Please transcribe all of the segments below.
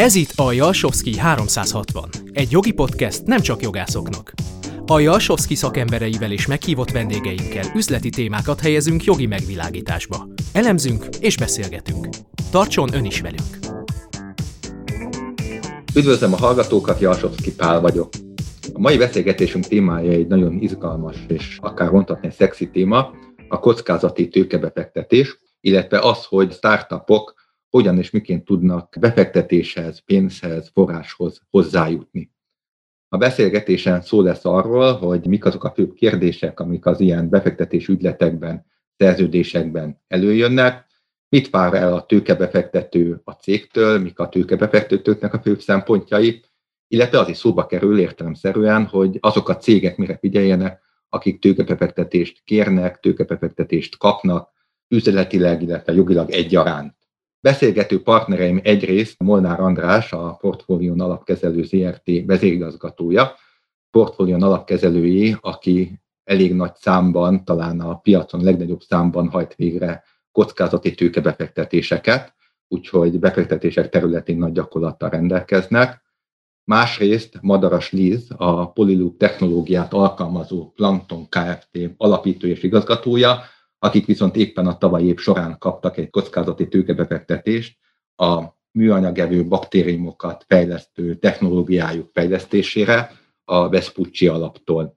Ez itt a Jalsovszky 360, egy jogi podcast nem csak jogászoknak. A Jalsovszky szakembereivel és meghívott vendégeinkkel üzleti témákat helyezünk jogi megvilágításba. Elemzünk és beszélgetünk. Tartson ön is velünk! Üdvözlöm a hallgatókat, Jalsovszky Pál vagyok. A mai beszélgetésünk témája egy nagyon izgalmas és akár mondhatni szexi téma, a kockázati tőkebefektetés, illetve az, hogy startupok hogyan és miként tudnak befektetéshez, pénzhez, forráshoz hozzájutni. A beszélgetésen szó lesz arról, hogy mik azok a főbb kérdések, amik az ilyen befektetés ügyletekben, szerződésekben előjönnek, mit vár el a tőkebefektető a cégtől, mik a tőkebefektetőknek a főbb szempontjai, illetve az is szóba kerül értelemszerűen, hogy azok a cégek mire figyeljenek, akik tőkebefektetést kérnek, tőkebefektetést kapnak, üzletileg, illetve jogilag egyaránt. Beszélgető partnereim egyrészt Molnár András, a Portfólión Alapkezelő Zrt. Vezérigazgatója, Portfólión alapkezelőjé, aki elég nagy számban, talán a piacon legnagyobb számban hajt végre kockázati tőkebefektetéseket, úgyhogy befektetések területén nagy gyakorlattal rendelkeznek. Másrészt Madaras Liz, a Polyloop technológiát alkalmazó Plankton Kft. Alapító és igazgatója, akik viszont éppen a tavalyi év során kaptak egy kockázati tőkebefektetést a műanyagevő baktériumokat fejlesztő technológiájuk fejlesztésére a Vespucci alaptól.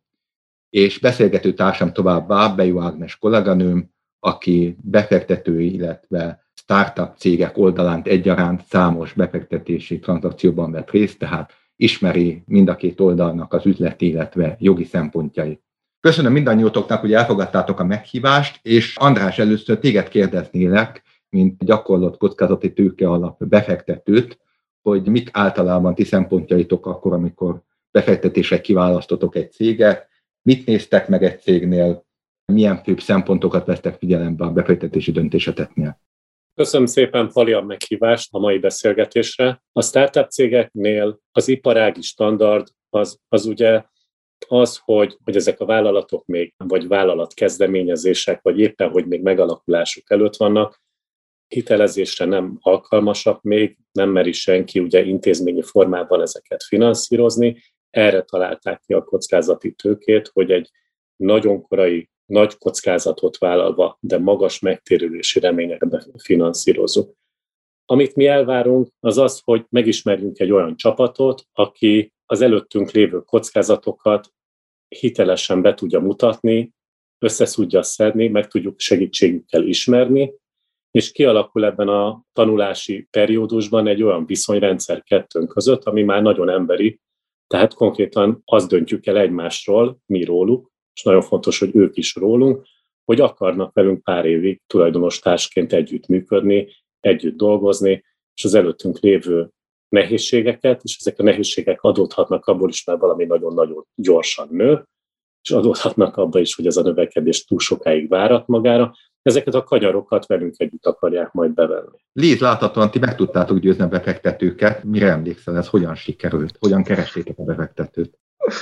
És beszélgető társam továbbá Bejó Ágnes kolléganőm, aki befektetői, illetve startup cégek oldalán egyaránt számos befektetési tranzakcióban vett részt, tehát ismeri mind a két oldalnak az üzleti, illetve jogi szempontjait. Köszönöm mindannyiótoknak, hogy elfogadtátok a meghívást, és András, először téged kérdeznélek, mint gyakorlott kockázati tőke alap befektetőt, hogy mik általában ti szempontjaitok akkor, amikor befektetésre kiválasztotok egy céget, mit néztek meg egy cégnél, milyen főbb szempontokat vesztek figyelembe a befektetési döntéseteknél. Köszönöm szépen, Pali, a meghívást a mai beszélgetésre. A startup cégeknél az iparági standard az ugye az, hogy ezek a vállalatok még, vagy vállalatkezdeményezések, vagy éppen, hogy még megalakulásuk előtt vannak, hitelezésre nem alkalmasak még, nem meri senki ugye intézményi formában ezeket finanszírozni. Erre találták ki a kockázati tőkét, hogy egy nagyon korai, nagy kockázatot vállalva, de magas megtérülési reményekbe finanszírozunk. Amit mi elvárunk, az az, hogy megismerjünk egy olyan csapatot, aki az előttünk lévő kockázatokat hitelesen be tudja mutatni, össze tudja szedni, meg tudjuk segítségükkel ismerni, és kialakul ebben a tanulási periódusban egy olyan viszonyrendszer kettőnk között, ami már nagyon emberi, tehát konkrétan azt döntjük el egymásról, mi róluk, és nagyon fontos, hogy ők is rólunk, hogy akarnak velünk pár évig tulajdonos társként együtt működni, együtt dolgozni, és az előttünk lévő nehézségeket, és ezek a nehézségek adódhatnak abból is, mert valami nagyon-nagyon gyorsan nő, és adódhatnak abban is, hogy ez a növekedés túl sokáig várat magára. Ezeket a kanyarokat velünk együtt akarják majd bevenni. Liz, láthatóan ti meg tudtátok győzni a befektetőket. Mire emlékszel, ez hogyan sikerült? Hogyan kerestétek a befektetőt?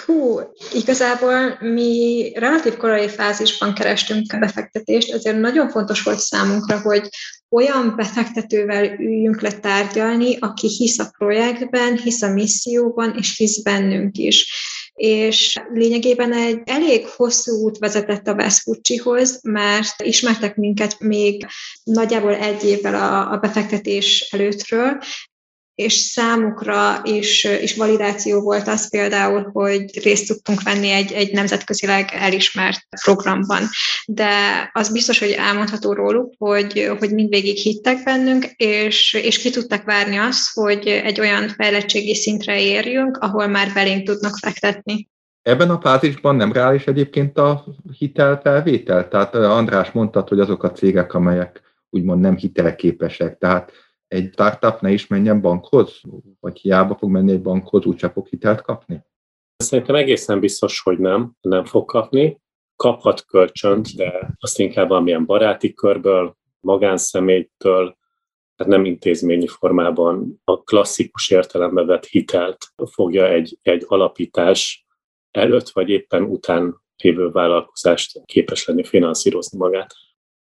Igazából mi relatív korai fázisban kerestünk befektetést, ezért nagyon fontos volt számunkra, hogy olyan befektetővel üljünk le tárgyalni, aki hisz a projektben, hisz a misszióban, és hisz bennünk is. És lényegében egy elég hosszú út vezetett a Vespuccihoz, mert ismertek minket még nagyjából egy évvel a befektetés előttről, és számukra is validáció volt az például, hogy részt tudtunk venni egy nemzetközileg elismert programban. De az biztos, hogy elmondható róluk, hogy mindvégig hittek bennünk, és ki tudtak várni azt, hogy egy olyan fejlettségi szintre érjünk, ahol már belénk tudnak fektetni. Ebben a fázisban nem reális egyébként a hitelfelvétel? Tehát András mondtad, hogy azok a cégek, amelyek úgymond nem hitelképesek, tehát egy startup ne is menjen bankhoz? Vagy hiába fog menni egy bankhoz, úgyse fog hitelt kapni? Szerintem egészen biztos, hogy nem fog kapni. Kaphat kölcsönt, de azt inkább valamilyen baráti körből, magánszemélytől, tehát nem intézményi formában a klasszikus értelembe vett hitelt fogja egy alapítás előtt vagy éppen után lévő vállalkozást képes lenni finanszírozni magát.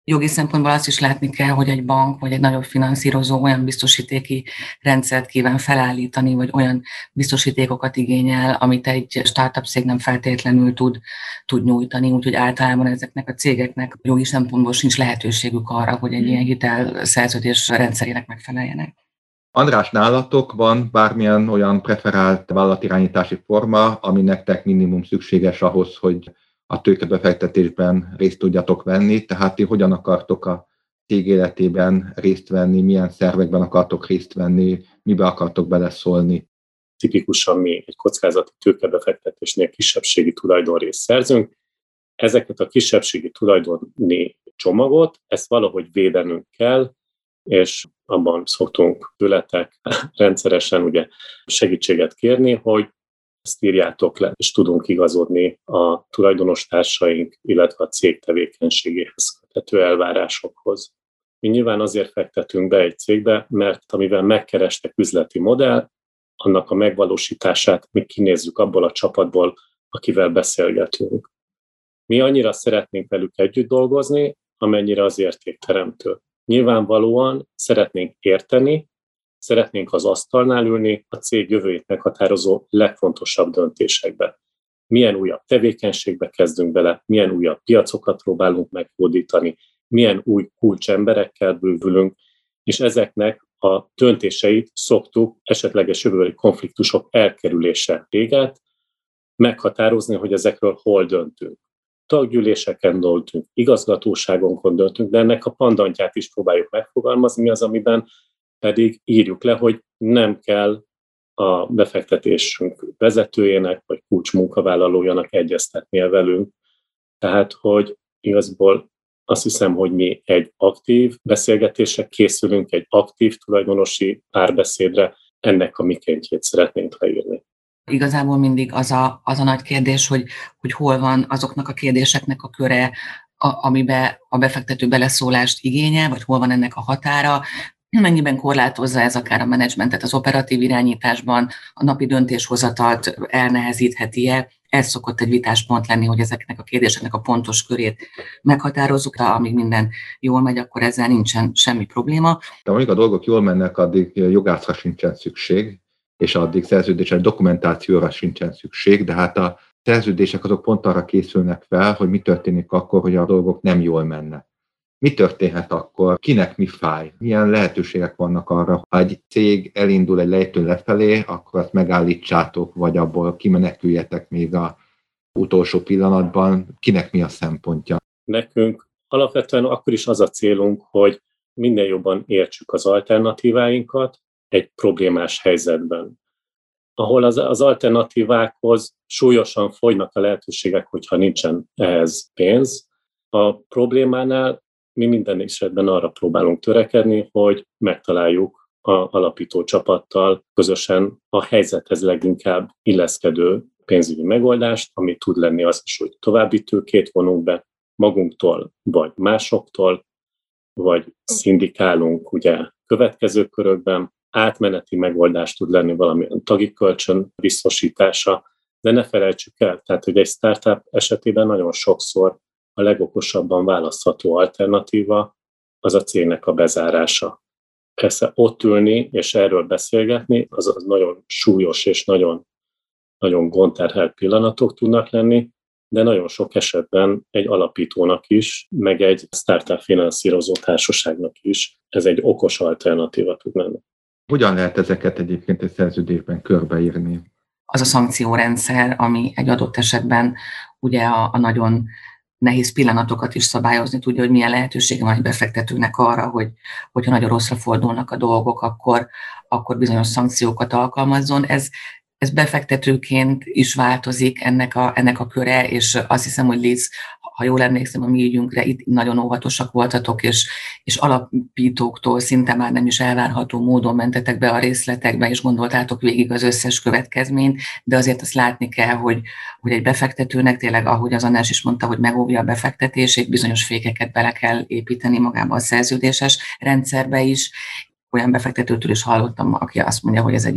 Jogi szempontból azt is látni kell, hogy egy bank vagy egy nagyobb finanszírozó olyan biztosítéki rendszert kíván felállítani, vagy olyan biztosítékokat igényel, amit egy startup cég nem feltétlenül tud nyújtani, úgyhogy általában ezeknek a cégeknek jogi szempontból sincs lehetőségük arra, hogy egy ilyen hitelszerződés rendszerének megfeleljenek. András, nálatok van bármilyen olyan preferált vállalatirányítási forma, ami nektek minimum szükséges ahhoz, hogy a tőkebefektetésben részt tudjatok venni, tehát ti hogyan akartok a cég életében részt venni, milyen szervekben akartok részt venni, mibe akartok beleszólni? Tipikusan mi egy kockázati tőkebefektetésnél kisebbségi tulajdonrészt szerzünk. Ezeket a kisebbségi tulajdoni csomagot, ezt valahogy védenünk kell, és abban szoktunk tőletek rendszeresen ugye segítséget kérni, hogy ezt írjátok le, és tudunk igazodni a tulajdonostársaink, illetve a cég tevékenységéhez köthető elvárásokhoz. Mi nyilván azért fektetünk be egy cégbe, mert amivel megkerestek üzleti modell, annak a megvalósítását mi kinézzük abból a csapatból, akivel beszélgetünk. Mi annyira szeretnénk velük együtt dolgozni, amennyire az értékteremtő. Nyilvánvalóan szeretnénk érteni, szeretnénk az asztalnál ülni a cég jövőjét meghatározó legfontosabb döntésekbe. Milyen újabb tevékenységbe kezdünk bele, milyen újabb piacokat próbálunk meghódítani, milyen új kulcsemberekkel bővülünk, és ezeknek a döntéseit szoktuk esetleges jövőbeli konfliktusok elkerülése véget meghatározni, hogy ezekről hol döntünk. Taggyűléseken döntünk, igazgatóságonkon döntünk, de ennek a pandantját is próbáljuk megfogalmazni, mi az, amiben pedig írjuk le, hogy nem kell a befektetésünk vezetőjének vagy kulcsmunkavállalójának egyeztetnie velünk. Tehát, hogy igazából azt hiszem, hogy mi egy aktív beszélgetésre készülünk, egy aktív tulajdonosi párbeszédre, ennek a mikéntjét szeretnénk leírni. Igazából mindig az a nagy kérdés, hogy hol van azoknak a kérdéseknek a köre, amiben a befektető beleszólást igényel, vagy hol van ennek a határa, mennyiben korlátozza ez akár a menedzsmentet az operatív irányításban, a napi döntéshozatalt elnehezítheti-e. Ez szokott egy vitáspont lenni, hogy ezeknek a kérdéseknek a pontos körét meghatározzuk, de amíg minden jól megy, akkor ezzel nincsen semmi probléma. De amíg a dolgok jól mennek, addig jogászra sincsen szükség, és addig szerződéses dokumentációra sincsen szükség, de hát a szerződések azok pont arra készülnek fel, hogy mi történik akkor, hogy a dolgok nem jól mennek. Mi történhet akkor? Kinek mi fáj? Milyen lehetőségek vannak arra, ha egy cég elindul egy lejtőn lefelé, akkor azt megállítsátok, vagy abból kimeneküljetek még az utolsó pillanatban? Kinek mi a szempontja? Nekünk alapvetően akkor is az a célunk, hogy minél jobban értsük az alternatíváinkat egy problémás helyzetben. Ahol az alternatívákhoz súlyosan fogynak a lehetőségek, hogyha nincsen ehhez pénz. A problémánál mi minden esetben arra próbálunk törekedni, hogy megtaláljuk az alapító csapattal közösen a helyzethez leginkább illeszkedő pénzügyi megoldást, ami tud lenni az is, hogy további tőkét vonunk be magunktól, vagy másoktól, vagy szindikálunk ugye következő körökben. Átmeneti megoldás tud lenni valamilyen tagi kölcsön biztosítása, de ne felejtsük el, tehát hogy egy startup esetében nagyon sokszor a legokosabban választható alternatíva az a cégnek a bezárása. Persze ott ülni és erről beszélgetni, az nagyon súlyos és nagyon, nagyon gondterhelt pillanatok tudnak lenni, de nagyon sok esetben egy alapítónak is, meg egy startup finanszírozó társaságnak is ez egy okos alternatíva tud lenni. Hogyan lehet ezeket egyébként egy szerződésben körbeírni? Az a szankciórendszer, ami egy adott esetben ugye a nagyon nehéz pillanatokat is szabályozni tudja, hogy milyen lehetősége van egy befektetőnek arra, hogyha nagyon rosszra fordulnak a dolgok, akkor bizonyos szankciókat alkalmazzon. Ez befektetőként is változik ennek a köre, és azt hiszem, hogy Liz, ha jól emlékszem a mi ügyünkre, itt nagyon óvatosak voltatok, és alapítóktól szinte már nem is elvárható módon mentetek be a részletekbe, és gondoltátok végig az összes következményt, de azért azt látni kell, hogy egy befektetőnek tényleg, ahogy az András is mondta, hogy megóvja a befektetését, bizonyos fékeket bele kell építeni magába a szerződéses rendszerbe is. Olyan befektetőtől is hallottam, aki azt mondja, hogy ez egy ilyen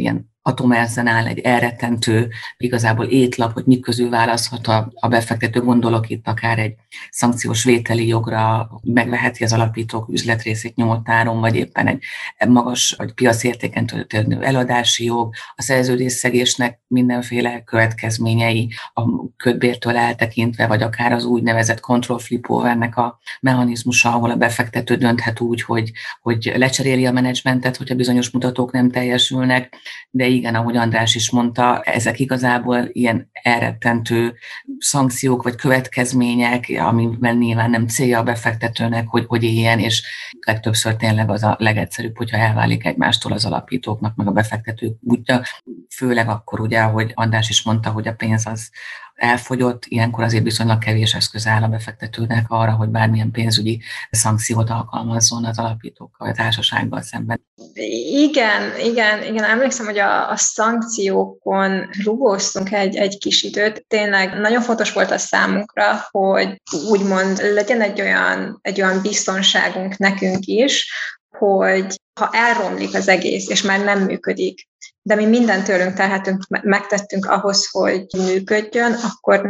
Atomerzen áll egy elrettentő, igazából étlap, hogy mik közül választhat a befektető. Gondolok itt akár egy szankciós vételi jogra, megveheti az alapítók üzletrészét nyomott áron, vagy éppen egy magas vagy piacértéken történő eladási jog, a szerződésszegésnek mindenféle következményei, a kötbértől eltekintve, vagy akár az úgynevezett control flip overnek a mechanizmusa, ahol a befektető dönthet úgy, hogy lecseréli a menedzsmentet, hogyha bizonyos mutatók nem teljesülnek, de igen, ahogy András is mondta, ezek igazából ilyen elrettentő szankciók vagy következmények, amivel nyilván nem célja a befektetőnek, hogy éljen, és legtöbbször tényleg az a legegyszerűbb, hogyha elválik egymástól az alapítóknak, meg a befektetők útja. Főleg akkor ugye, ahogy András is mondta, hogy a pénz az elfogyott, ilyenkor azért viszonylag kevés eszköz áll a befektetőnek arra, hogy bármilyen pénzügyi szankciót alkalmazzon az alapítókkal, a társasággal szemben. Igen, emlékszem, hogy a szankciókon rugóztunk egy kis időt. Tényleg nagyon fontos volt a számunkra, hogy úgymond legyen egy olyan biztonságunk nekünk is, hogy ha elromlik az egész, és már nem működik, de mi mindent tőlünk telhetünk, megtettünk ahhoz, hogy működjön, akkor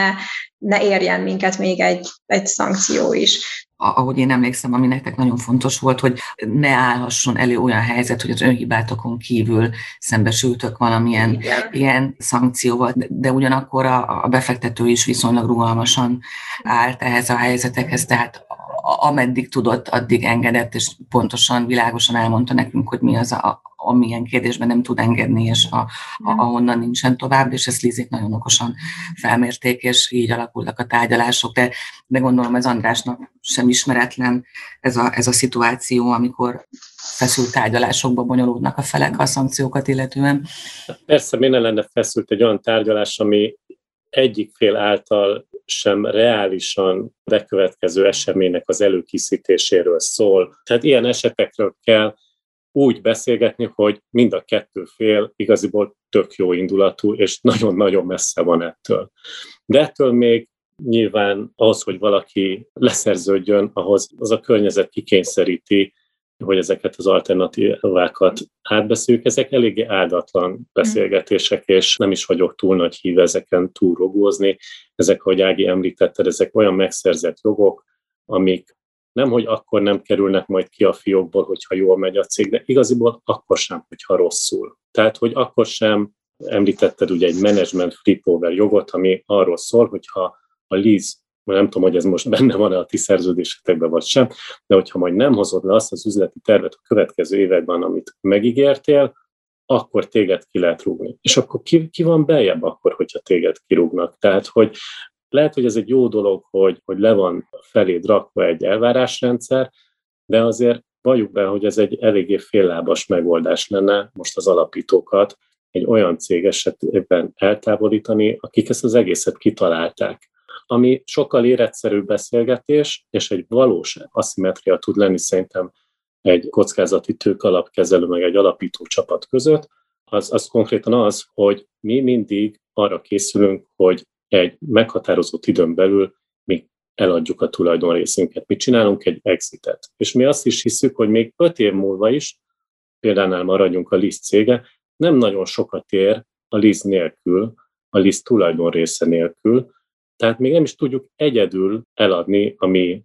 ne érjen minket még egy szankció is. Ahogy én emlékszem, ami nektek nagyon fontos volt, hogy ne állhasson elő olyan helyzet, hogy az önhibátokon kívül szembesültök valamilyen ilyen szankcióval, de ugyanakkor a befektető is viszonylag rugalmasan állt ehhez a helyzetekhez, tehát ameddig tudott, addig engedett, és pontosan, világosan elmondta nekünk, hogy mi az, amilyen kérdésben nem tud engedni, és ahonnan nincsen tovább, és ezt Lizék nagyon okosan felmérték, és így alakultak a tárgyalások, de gondolom ez Andrásnak sem ismeretlen ez a szituáció, amikor feszült tárgyalásokba bonyolódnak a felek a szankciókat illetően. Persze, miért ne lenne feszült egy olyan tárgyalás, ami egyik fél által sem reálisan bekövetkező eseménynek az előkészítéséről szól. Tehát ilyen esetekről kell úgy beszélgetni, hogy mind a kettő fél igaziból tök jó indulatú, és nagyon-nagyon messze van ettől. De ettől még nyilván ahhoz, hogy valaki leszerződjön, ahhoz az a környezet kikényszeríti, hogy ezeket az alternatívákat átbeszéljük. Ezek eléggé áldatlan beszélgetések, és nem is vagyok túl nagy híve ezeken túlrogózni. Ezek, ahogy Ági említetted, ezek olyan megszerzett jogok, amik nemhogy akkor nem kerülnek majd ki a fiókból, hogyha jól megy a cég, de igaziból akkor sem, hogyha rosszul. Tehát, hogy akkor sem említetted ugye egy management flip-over jogot, ami arról szól, hogyha a lease, nem tudom, hogy ez most benne van-e a ti szerződésetekben vagy sem, de hogyha majd nem hozod le azt az üzleti tervet a következő években, amit megígértél, akkor téged ki lehet rúgni. És akkor ki van beljebb akkor, hogyha téged kirúgnak? Tehát, hogy lehet, hogy ez egy jó dolog, hogy le van feléd rakva egy elvárásrendszer, de azért valljuk be, hogy ez egy eléggé féllábas megoldás lenne most az alapítókat egy olyan cég esetében eltávolítani, akik ezt az egészet kitalálták. Ami sokkal életszerűbb beszélgetés, és egy valós aszimetria tud lenni szerintem egy kockázati tőkealapkezelő meg egy alapító csapat között, az konkrétan az, hogy mi mindig arra készülünk, hogy egy meghatározott időn belül mi eladjuk a tulajdonrészünket. Mi csinálunk egy exitet. És mi azt is hiszük, hogy még 5 év múlva is, például maradjunk a lease cége, nem nagyon sokat ér a lease nélkül, a lease tulajdonrésze nélkül, tehát még nem is tudjuk egyedül eladni a mi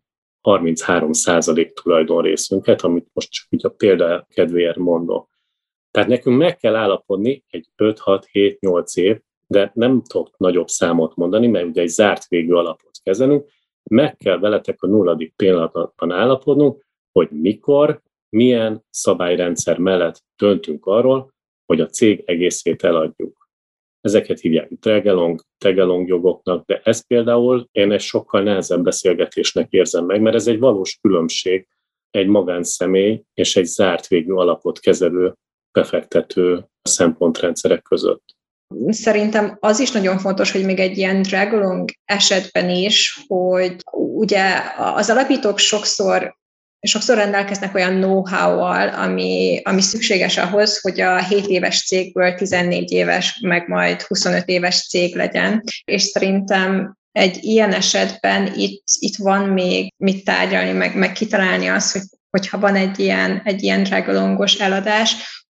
33% tulajdonrészünket, amit most csak úgy a példa kedvéért mondok. Tehát nekünk meg kell állapodni egy 5-6-7-8 év, de nem tudok nagyobb számot mondani, mert ugye egy zárt végű alapot kezelünk, meg kell veletek a 0. pillanatban állapodnunk, hogy mikor, milyen szabályrendszer mellett döntünk arról, hogy a cég egészét eladjuk. Ezeket hívják tag-along jogoknak, de ez például én egy sokkal nehezebb beszélgetésnek érzem meg, mert ez egy valós különbség egy magánszemély és egy zárt végű alapot kezelő befektető szempontrendszerek között. Szerintem az is nagyon fontos, hogy még egy ilyen drag-along esetben is, hogy ugye az alapítók sokszor rendelkeznek olyan know-how-val, ami szükséges ahhoz, hogy a 7 éves cégből 14 éves, meg majd 25 éves cég legyen. És szerintem egy ilyen esetben itt van még mit tárgyalni, meg kitalálni azt, hogyha van egy ilyen drag-alongos eladás,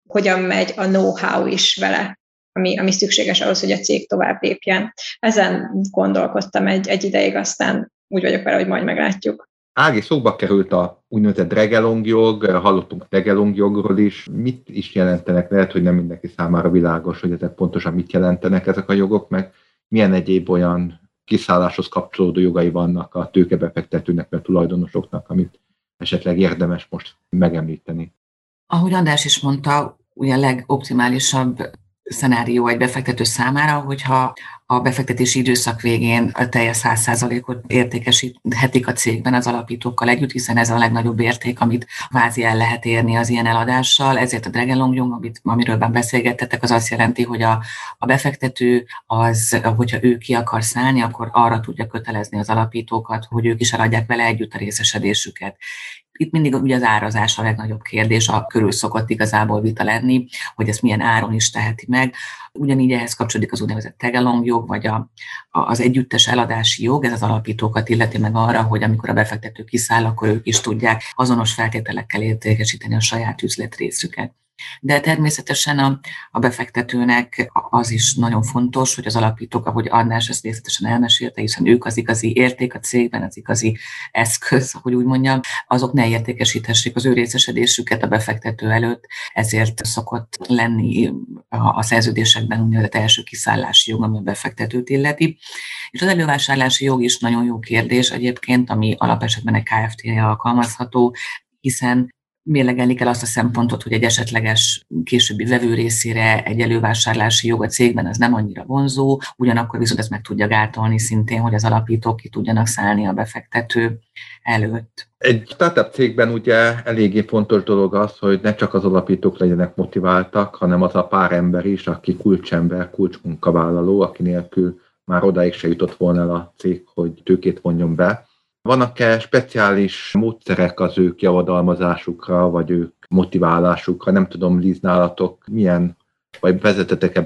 hogyan megy a know-how is vele, ami szükséges ahhoz, hogy a cég tovább lépjen. Ezen gondolkodtam egy ideig, aztán úgy vagyok vele, hogy majd meglátjuk. Ági, szóba került a úgynevezett drag-along jog, hallottunk drag-along jogról is. Mit is jelentenek? Lehet, hogy nem mindenki számára világos, hogy ezek pontosan mit jelentenek ezek a jogok, meg milyen egyéb olyan kiszálláshoz kapcsolódó jogai vannak a tőkebefektetőnek, vagy a tulajdonosoknak, amit esetleg érdemes most megemlíteni. Ahogy András is mondta, ugye a legoptimálisabb szenárió egy befektető számára, hogyha a befektetési időszak végén a teljes 100%-ot értékesíthetik a cégben az alapítókkal együtt, hiszen ez a legnagyobb érték, amit kvázi el lehet érni az ilyen eladással. Ezért a drag-along jog, amiről beszélgettetek, az azt jelenti, hogy a befektető az, hogyha ő ki akar szállni, akkor arra tudja kötelezni az alapítókat, hogy ők is eladják vele együtt a részesedésüket. Itt mindig ugye az árazás a legnagyobb kérdés, körül szokott igazából vita lenni, hogy ezt milyen áron is teheti meg. Ugyanígy ehhez kapcsolódik az úgynevezett tag-along jog, vagy az együttes eladási jog, ez az alapítókat illeti meg arra, hogy amikor a befektető kiszáll, akkor ők is tudják azonos feltételekkel értékesíteni a saját üzletrészüket. De természetesen a befektetőnek az is nagyon fontos, hogy az alapítók, ahogy András ezt részletesen elmesélte, hiszen ők az igazi érték a cégben, az igazi eszköz, hogy úgy mondjam, azok ne értékesíthessék az ő részesedésüket a befektető előtt, ezért szokott lenni a szerződésekben úgynevezett első kiszállási jog, ami a befektetőt illeti. És az elővásárlási jog is nagyon jó kérdés egyébként, ami alapesetben egy KFT-re alkalmazható, hiszen mérlegelni kell azt a szempontot, hogy egy esetleges későbbi vevő részére egy elővásárlási jog a cégben az nem annyira vonzó, ugyanakkor viszont ezt meg tudja gátolni szintén, hogy az alapítók ki tudjanak szállni a befektető előtt. Egy startup cégben ugye eléggé fontos dolog az, hogy ne csak az alapítók legyenek motiváltak, hanem az a pár ember is, aki kulcsember, kulcsmunkavállaló, aki nélkül már odáig se jutott volna el a cég, hogy tőkét vonjon be. Vannak-e speciális módszerek az ők javadalmazásukra, vagy ők motiválásukra? Nem tudom, Liz, nálatok milyen, vagy vezetetek-e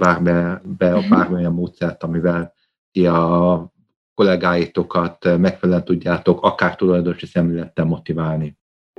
bármilyen módszert, amivel ti a kollégáitokat megfelelően tudjátok akár tulajdonosi szemlélettel motiválni?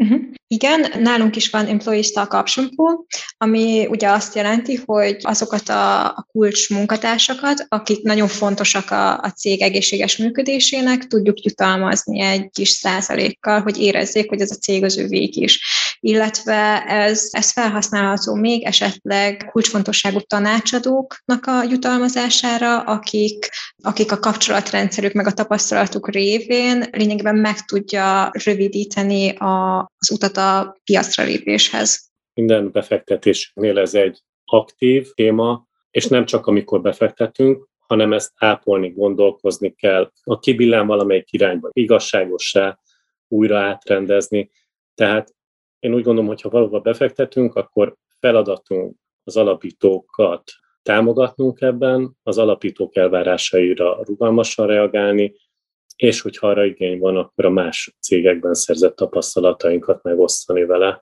Igen, nálunk is van Employee Stock Option Pool, ami ugye azt jelenti, hogy azokat a kulcs munkatársakat, akik nagyon fontosak a cég egészséges működésének, tudjuk jutalmazni egy kis százalékkal, hogy érezzék, hogy ez a cég az övék is. Illetve ez felhasználható még esetleg kulcsfontosságú tanácsadóknak a jutalmazására, akik a kapcsolatrendszerük meg a tapasztalatuk révén lényegében meg tudja rövidíteni az utat a piacra lépéshez. Minden befektetésnél ez egy aktív téma, és nem csak amikor befektetünk, hanem ezt ápolni, gondolkozni kell. A kibillen valamelyik irányba igazságossá újra átrendezni. Tehát én úgy gondolom, hogy ha valóban befektetünk, akkor feladatunk az alapítókat támogatnunk ebben, az alapítók elvárásaira rugalmasan reagálni, és hogyha arra igény van, akkor a más cégekben szerzett tapasztalatainkat megosztani vele,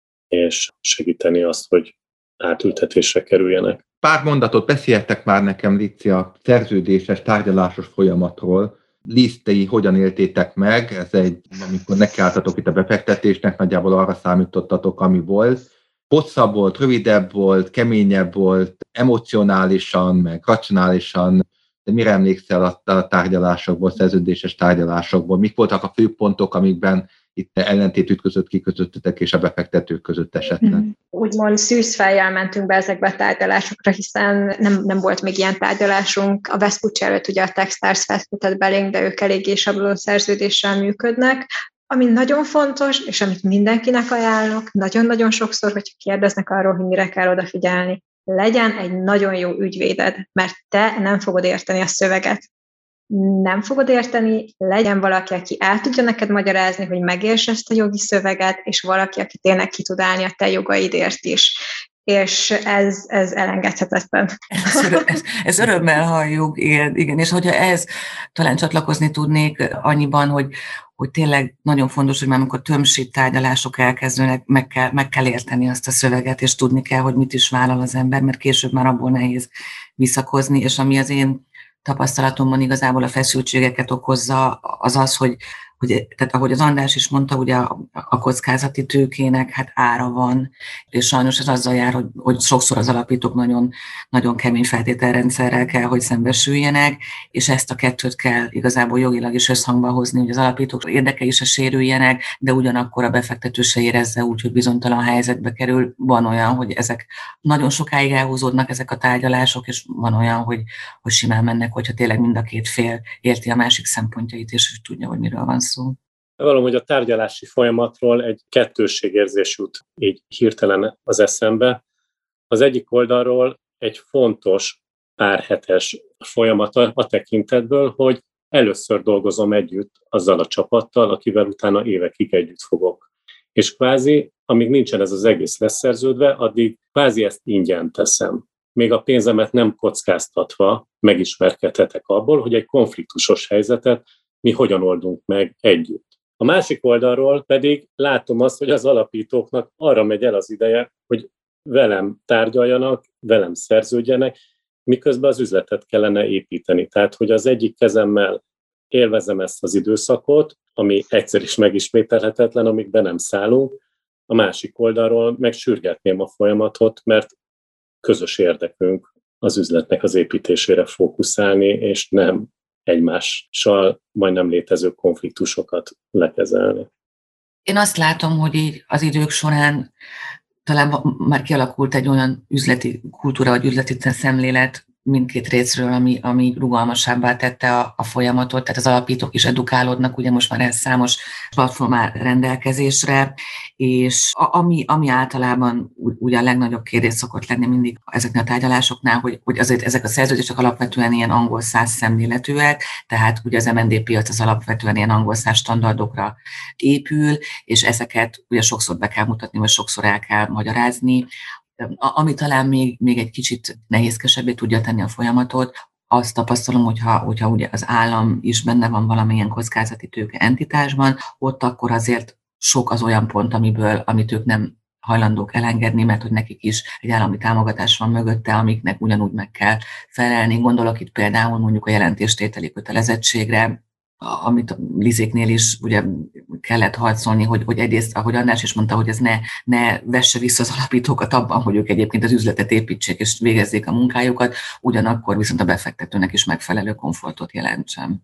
és segíteni azt, hogy átültetésre kerüljenek. Pár mondatot beszéltek már nekem, Lici, a szerződéses, tárgyalásos folyamatról. Liz, ti hogyan éltétek meg? Ez amikor nekiálltatok itt a befektetésnek, nagyjából arra számítottatok, ami volt. Hosszabb volt, rövidebb volt, keményebb volt, emocionálisan, meg racionálisan. De mire emlékszel a tárgyalásokból, szerződéses tárgyalásokból? Mik voltak a fő pontok, amikben itt ellentét ütközött ki közöttetek és a befektetők között esetleg? Úgymond szűzfejjel mentünk be ezekbe a tárgyalásokra, hiszen nem volt még ilyen tárgyalásunk. A Vespucci előtt ugye a Techstars fektetett belénk, de ők eléggé sablon szerződéssel működnek. Ami nagyon fontos, és amit mindenkinek ajánlok, nagyon-nagyon sokszor, hogyha kérdeznek arról, hogy mire kell odafigyelni, legyen egy nagyon jó ügyvéded, mert te nem fogod érteni a szöveget. Nem fogod érteni, legyen valaki, aki el tudja neked magyarázni, hogy megérts ezt a jogi szöveget, és valaki, aki tényleg ki tud állni a te jogaidért is. És ez elengedhetetlen. Ez örömmel halljuk, igen. És hogyha ez, talán csatlakozni tudnék annyiban, hogy tényleg nagyon fontos, hogy már amikor term sheet tárgyalások elkezdődnek, meg kell érteni azt a szöveget, és tudni kell, hogy mit is vállal az ember, mert később már abból nehéz visszakozni, és ami az én tapasztalatomban igazából a feszültségeket okozza, az, hogy tehát ahogy az András is mondta, ugye a kockázati tőkének hát ára van, és sajnos ez azzal jár, hogy sokszor az alapítók nagyon, nagyon kemény feltételrendszerrel kell, hogy szembesüljenek, és ezt a kettőt kell igazából jogilag is összhangba hozni, hogy az alapítók érdekei se sérüljenek, de ugyanakkor a befektető se érezze úgy, hogy bizonytalan helyzetbe kerül. Van olyan, hogy ezek nagyon sokáig elhúzódnak ezek a tárgyalások, és van olyan, hogy simán mennek, hogyha tényleg mind a két fél érti a másik szempontjait, és tudja, hogy miről van szó. Valahogy a tárgyalási folyamatról egy kettősségérzés jut így hirtelen az eszembe. Az egyik oldalról egy fontos pár hetes folyamat a tekintetből, hogy először dolgozom együtt azzal a csapattal, akivel utána évekig együtt fogok. És kvázi, amíg nincsen ez az egész leszerződve, addig kvázi ezt ingyen teszem. Még a pénzemet nem kockáztatva megismerkedhetek abból, hogy egy konfliktusos helyzetet mi hogyan oldunk meg együtt. A másik oldalról pedig látom azt, hogy az alapítóknak arra megy el az ideje, hogy velem tárgyaljanak, velem szerződjenek, miközben az üzletet kellene építeni. Tehát, hogy az egyik kezemmel élvezem ezt az időszakot, ami egyszer is megismételhetetlen, amíg be nem szállunk, a másik oldalról meg sürgetném a folyamatot, mert közös érdekünk az üzletnek az építésére fókuszálni, és nem egymással majdnem létező konfliktusokat lekezelni. Én azt látom, hogy így az idők során talán már kialakult egy olyan üzleti kultúra, vagy üzleti szemlélet mindkét részről, ami rugalmasabbá tette a folyamatot, tehát az alapítók is edukálódnak, ugye most már ez számos platform áll rendelkezésre, és ami általában ugye a legnagyobb kérdés szokott lenni mindig ezeknél a tárgyalásoknál, hogy azért ezek a szerződések alapvetően ilyen angol száz szemléletűek, tehát ugye az M&A piac az alapvetően ilyen angol száz standardokra épül, és ezeket ugye sokszor be kell mutatni, vagy sokszor el kell magyarázni. Ami talán még egy kicsit nehézkesebbé tudja tenni a folyamatot, azt tapasztalom, hogyha ugye az állam is benne van valamilyen kockázati tőke entitásban, ott akkor azért sok az olyan pont, amit ők nem hajlandók elengedni, mert hogy nekik is egy állami támogatás van mögötte, amiknek ugyanúgy meg kell felelni. Gondolok itt például mondjuk a jelentéstételi kötelezettségre, amit a Lizéknél is ugye kellett harcolni, hogy egyrészt, ahogy András is mondta, hogy ez ne vesse vissza az alapítókat abban, hogy ők egyébként az üzletet építsék és végezzék a munkájukat, ugyanakkor viszont a befektetőnek is megfelelő komfortot jelentsen.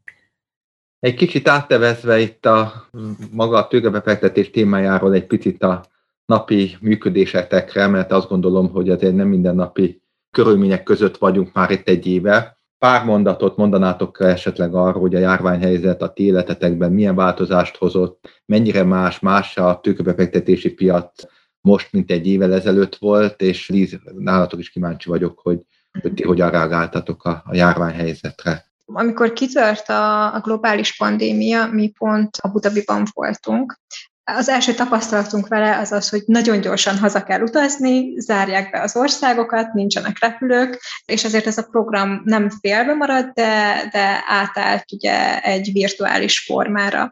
Egy kicsit áttevezve itt a maga a tőkebefektetés témájáról egy picit a napi működésetekre, mert azt gondolom, hogy azért nem mindennapi körülmények között vagyunk már itt egy éve. Pár mondatot mondanátok esetleg arról, hogy a járványhelyzet a ti életetekben milyen változást hozott, mennyire más a tőkebefektetési piac most, mint egy évvel ezelőtt volt, és Liz, nálatok is kíváncsi vagyok, hogy ti hogyan reagáltatok a járványhelyzetre. Amikor kitört a globális pandémia, mi pont Abu Dhabiban voltunk. Az első tapasztalatunk vele az, hogy nagyon gyorsan haza kell utazni, zárják be az országokat, nincsenek repülők, és ezért ez a program nem félbe maradt, de átállt ugye egy virtuális formára.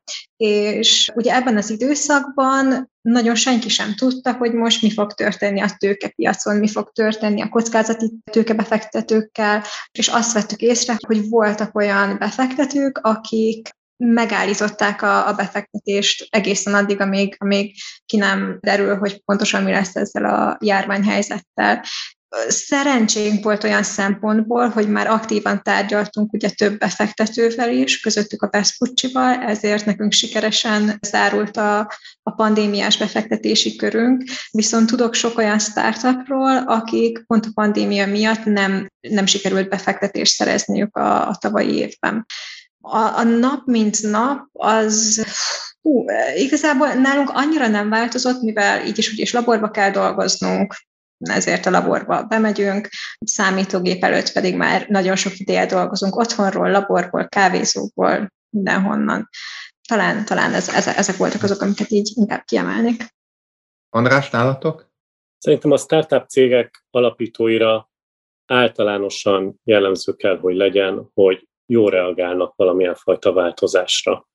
És ugye ebben az időszakban nagyon senki sem tudta, hogy most mi fog történni a tőkepiacon, mi fog történni a kockázati tőkebefektetőkkel, és azt vettük észre, hogy voltak olyan befektetők, akik megállították a befektetést egészen addig, amíg ki nem derül, hogy pontosan mi lesz ezzel a járványhelyzettel. Szerencsénk volt olyan szempontból, hogy már aktívan tárgyaltunk ugye több befektetővel is, közöttük a Vespuccival, ezért nekünk sikeresen zárult a pandémiás befektetési körünk, viszont tudok sok olyan startupról, akik pont a pandémia miatt nem sikerült befektetést szerezniük a tavalyi évben. A nap mint nap, az igazából nálunk annyira nem változott, mivel így is úgy is laborba kell dolgoznunk, ezért a laborba bemegyünk, számítógép előtt pedig már nagyon sok ideje dolgozunk otthonról, laborból, kávézóból, mindenhonnan. Talán ezek voltak azok, amiket így inkább kiemelnék. András, nálatok? Szerintem a startup cégek alapítóira általánosan jellemző kell, hogy legyen, hogy jól reagálnak valamilyen fajta változásra.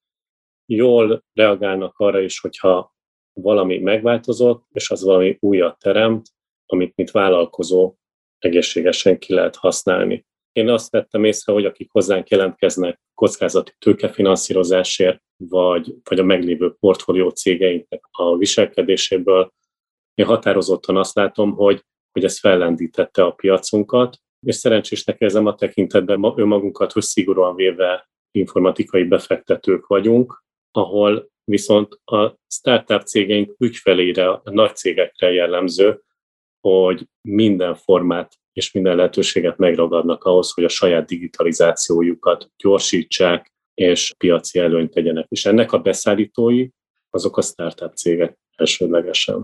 Jól reagálnak arra is, hogyha valami megváltozott, és az valami újat teremt, amit mint vállalkozó egészségesen ki lehet használni. Én azt vettem észre, hogy akik hozzánk jelentkeznek kockázati tőkefinanszírozásért, vagy a meglévő portfólió cégeinknek a viselkedéséből, én határozottan azt látom, hogy ez fellendítette a piacunkat, és szerencsésnek érzem a tekintetben önmagunkat, hogy szigorúan véve informatikai befektetők vagyunk, ahol viszont a startup cégeink ügyfelére, a nagy cégekre jellemző, hogy minden formát és minden lehetőséget megragadnak ahhoz, hogy a saját digitalizációjukat gyorsítsák és piaci előnyt tegyenek. És ennek a beszállítói azok a startup cégek elsődlegesen.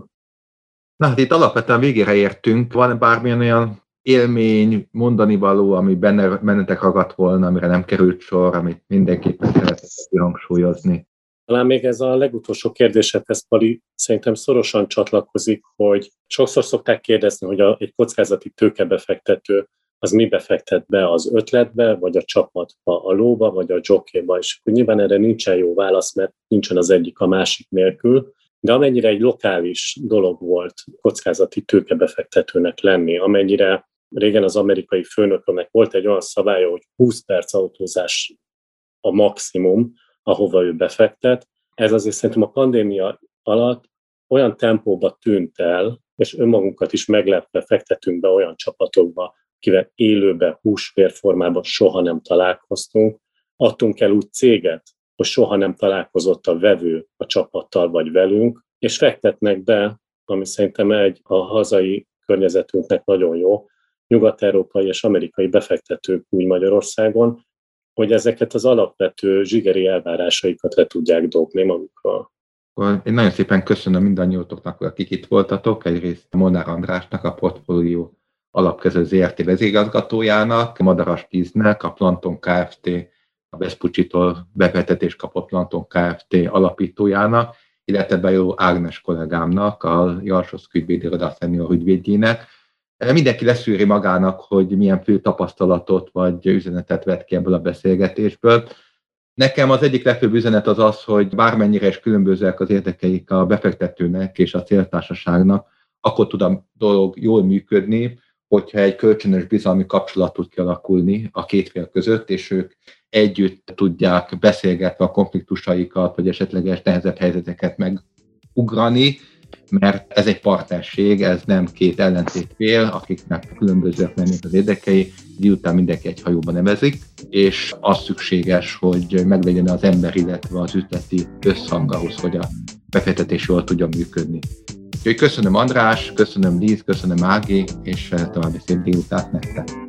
Na hát itt alapvetően végére értünk. Van bármilyen olyan élmény, mondani való, ami bennetek ragadt volna, amire nem került sor, amit mindenképpen szeretnék kihangsúlyozni? Talán még ez a legutolsó kérdésedhez, Pali, szerintem szorosan csatlakozik, hogy sokszor szokták kérdezni, hogy egy kockázati tőkebefektető az mi befektet be, az ötletbe, vagy a csapatba, a lóba, vagy a jockeyba, és nyilván erre nincsen jó válasz, mert nincsen az egyik a másik nélkül, de amennyire egy lokális dolog volt kockázati tőkebefektetőnek lenni, amennyire régen az amerikai főnökömnek volt egy olyan szabálya, hogy 20 perc autózás a maximum, ahova ő befektet. Ez azért szerintem a pandémia alatt olyan tempóba tűnt el, és önmagunkat is meglepve fektetünk be olyan csapatokba, akivel élőben, húsvérformában soha nem találkoztunk. Adtunk el úgy céget, hogy soha nem találkozott a vevő a csapattal vagy velünk, és fektetnek be, ami szerintem a hazai környezetünknek nagyon jó, nyugat-európai és amerikai befektetők úgy Magyarországon, hogy ezeket az alapvető zsigeri elvárásaikat le tudják dobni magukról. Én nagyon szépen köszönöm mindannyiótoknak, akik itt voltatok. Egyrészt Molnár Andrásnak, a portfólió alapkezelő ZRT vezérigazgatójának, Madaras Tíznek, a Planton Kft., a Vespucci-tól befektetést kapott Planton Kft. Alapítójának, illetve Bejó Ágnes kollégámnak, a Jalsowszki ügyvédiroda senior ügyvédjének. Mindenki leszűri magának, hogy milyen fő tapasztalatot vagy üzenetet vett ki ebből a beszélgetésből. Nekem az egyik legfőbb üzenet az, hogy bármennyire is különbözőek az érdekeik a befektetőnek és a céltársaságnak, akkor tud a dolog jól működni, hogyha egy kölcsönös bizalmi kapcsolat tud kialakulni a két fél között, és ők együtt tudják beszélgetve a konfliktusaikat, vagy esetleges nehezebb helyzeteket megugrani, mert ez egy partnerség, ez nem két ellentétfél, akiknek különbözőek lennék az érdekei, miután mindenki egy hajóba nevezik, és az szükséges, hogy meglegyen az ember, illetve az üzleti összhang ahhoz, hogy a befektetés jól tudjon működni. Úgyhogy köszönöm András, köszönöm Liz, köszönöm Ági, és további szép délutánt nektek.